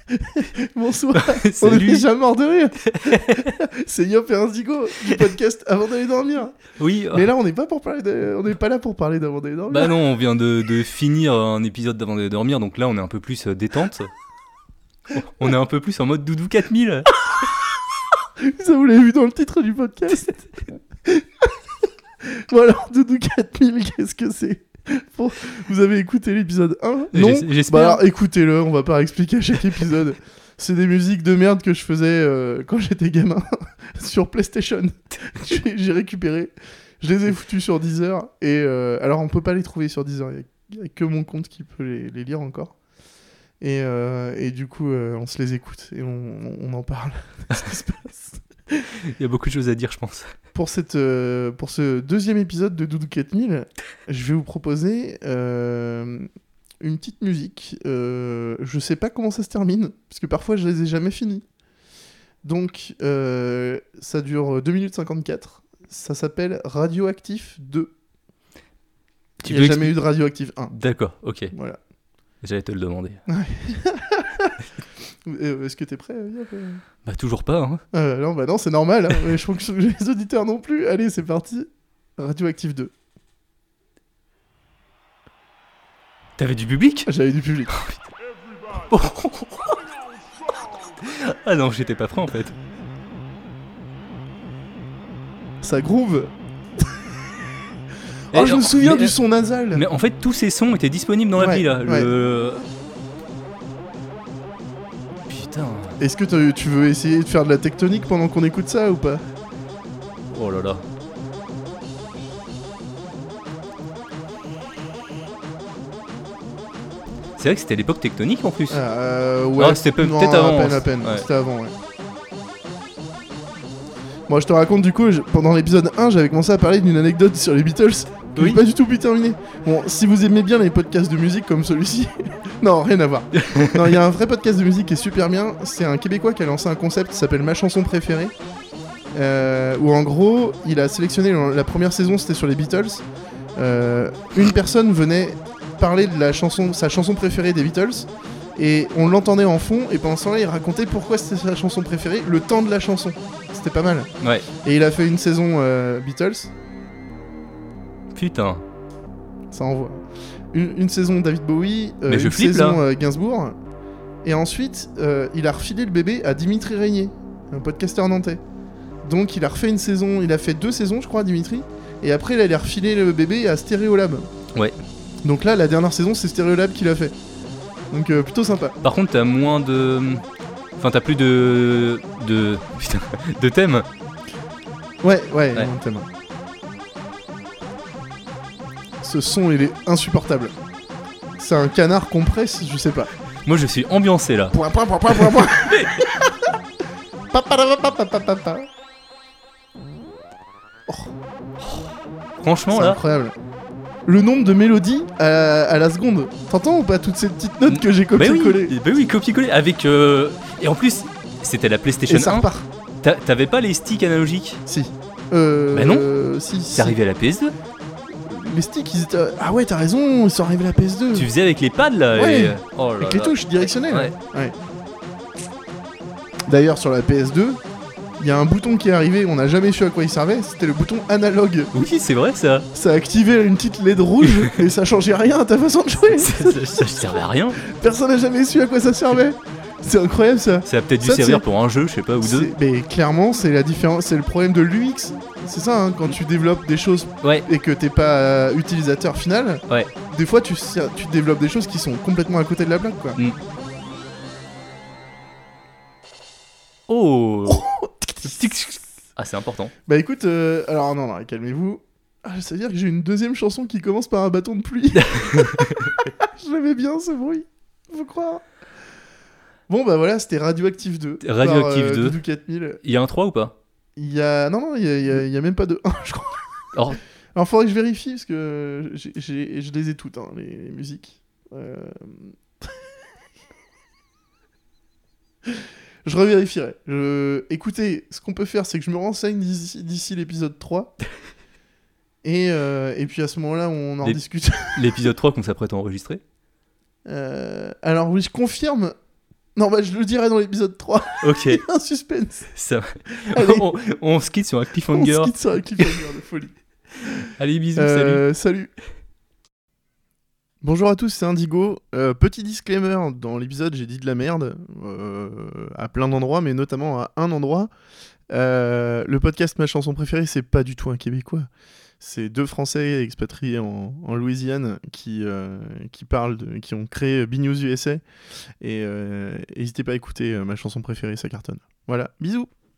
Bonsoir. On Salut. est déjà mort de rire. C'est Yop et Indigo du podcast Avant d'aller dormir. Oui. Mais là, on n'est pas là pour parler d'Avant d'aller dormir. Bah non, on vient de finir un épisode d'avant de dormir, donc là on est un peu plus détente. On est un peu plus en mode Doudou 4000. Ça, vous l'avez vu dans le titre du podcast. Bon alors, Doudou 4000, qu'est-ce que c'est? Bon, vous avez écouté l'épisode 1? Non. J'espère. Bah alors, écoutez-le, on va pas expliquer à chaque épisode. C'est des musiques de merde que je faisais quand j'étais gamin sur PlayStation. J'ai récupéré. Je les ai foutus sur Deezer. Et alors, on peut pas les trouver sur Deezer. Il y a que mon compte qui peut les lire encore. Et du coup, on se les écoute et on en parle de ce qui se passe. Il y a beaucoup de choses à dire, je pense. Pour ce deuxième épisode de Doudou 4000, je vais vous proposer une petite musique. Je sais pas comment ça se termine, parce que parfois je les ai jamais finis. Donc, ça dure 2 minutes 54. Ça s'appelle Radioactif 2. Il n'y a jamais eu de Radioactif 1. D'accord, ok. Voilà. J'allais te le demander. Est-ce que t'es prêt, Yop Bah toujours pas, hein. Non, c'est normal. Hein. Je trouve que les auditeurs non plus. Allez, c'est parti. Radioactif 2. T'avais du public? J'avais du public. Ah non, j'étais pas prêt en fait. Ça groove. Eh, Je me souviens mais- du son nasal. Mais en fait, tous ces sons étaient disponibles dans l'appli là. Putain. Est-ce que tu veux essayer de faire de la tectonique pendant qu'on écoute ça ou pas? Oh là là. C'est vrai que c'était l'époque tectonique en plus. Ouais. Ah, c'était non, peut-être avant. À peine. Ouais. C'était avant, ouais. Moi, je te raconte du coup, pendant l'épisode 1, j'avais commencé à parler d'une anecdote sur les Beatles que Oui. j'ai pas du tout pu terminer. Bon, si vous aimez bien les podcasts de musique comme celui-ci, non, rien à voir. Non, il y a un vrai podcast de musique qui est super bien. C'est un Québécois qui a lancé un concept qui s'appelle Ma chanson préférée. Où en gros, il a sélectionné la première saison, c'était sur les Beatles. Une personne venait parler de sa chanson préférée des Beatles. Et on l'entendait en fond, et pendant ce temps-là, il racontait pourquoi c'était sa chanson préférée, le temps de la chanson. C'était pas mal. Ouais. Et il a fait une saison Beatles, Putain. ça envoie. Une saison David Bowie, Mais une je flippe, saison là. Gainsbourg. Et ensuite, il a refilé le bébé à Dimitri Régnier, un podcasteur nantais. Donc il a refait une saison, il a fait 2 saisons, je crois, Dimitri. Et après, il a refilé le bébé à Stereolab. Ouais. Donc là, la dernière saison, c'est Stereolab qui l'a fait. Donc plutôt sympa. Par contre, t'as moins de. Enfin, t'as plus de. Putain. De thèmes. Ouais, Ouais. non, tellement. Ce son, il est insupportable. C'est un canard compresse, je sais pas. Moi, je suis ambiancé là. Point. Papadapapapapapa. Franchement, C'est là. incroyable. Le nombre de mélodies à la seconde. T'entends ou pas toutes ces petites notes que j'ai Bah copié-collées? oui, copier-coller. Avec. Et en plus, c'était la PlayStation Et ça 1. repart. T'avais pas les sticks analogiques? Si. Bah non. Si. C'est arrivé à la PS2. Les sticks, ils étaient... Ah ouais, t'as raison, ils sont arrivés à la PS2. Tu faisais avec les pads là. Ouais. Et... Oh là Avec les là. touches directionnelles. Ouais. D'ailleurs, sur la PS2, il y a un bouton qui est arrivé, on n'a jamais su à quoi il servait, c'était le bouton analogue. Oui, c'est vrai ça. Ça activait une petite LED rouge et ça changeait rien à ta façon de jouer. Ça servait à rien. Personne n'a jamais su à quoi ça servait. C'est incroyable ça. Ça a peut-être dû Ça, servir c'est- pour un jeu, je sais pas, ou deux. Mais clairement, c'est la différence, c'est le problème de l'UX. C'est ça, hein, quand tu développes des choses Ouais. et que t'es pas utilisateur final, Ouais. des fois tu développes des choses qui sont complètement à côté de la plaque, quoi. Oh. Ah, c'est important. Bah écoute, alors non, calmez-vous. Ah, ça veut dire que j'ai une deuxième chanson qui commence par un bâton de pluie. J'aimais bien ce bruit, faut croire. Bon bah voilà, c'était Radioactive 2. Radioactive par, 2. Doudou 4000. Il y a un 3 ou pas? Il y a... Non, il y a même pas de 1, je crois. Alors, Alors faudrait que je vérifie, parce que je les ai toutes, hein, les musiques. Je revérifierai. Écoutez, ce qu'on peut faire, c'est que je me renseigne d'ici l'épisode 3. Et puis à ce moment-là, on en discute. l'épisode 3 qu'on s'apprête à enregistrer. Alors oui, je confirme. Non, bah je le dirai dans l'épisode 3. Ok, Un suspense. ça... Allez, on se quitte sur un on cliffhanger. se quitte sur un cliffhanger de folie. Allez, bisous, salut. Salut. Bonjour à tous, c'est Indigo. Petit disclaimer, dans l'épisode j'ai dit de la merde à plein d'endroits, mais notamment à un endroit. Le podcast Ma chanson préférée, c'est pas du tout un Québécois. C'est deux Français expatriés en Louisiane qui ont créé BNews USA. Et n'hésitez pas à écouter ma chanson préférée, ça cartonne. Voilà, bisous.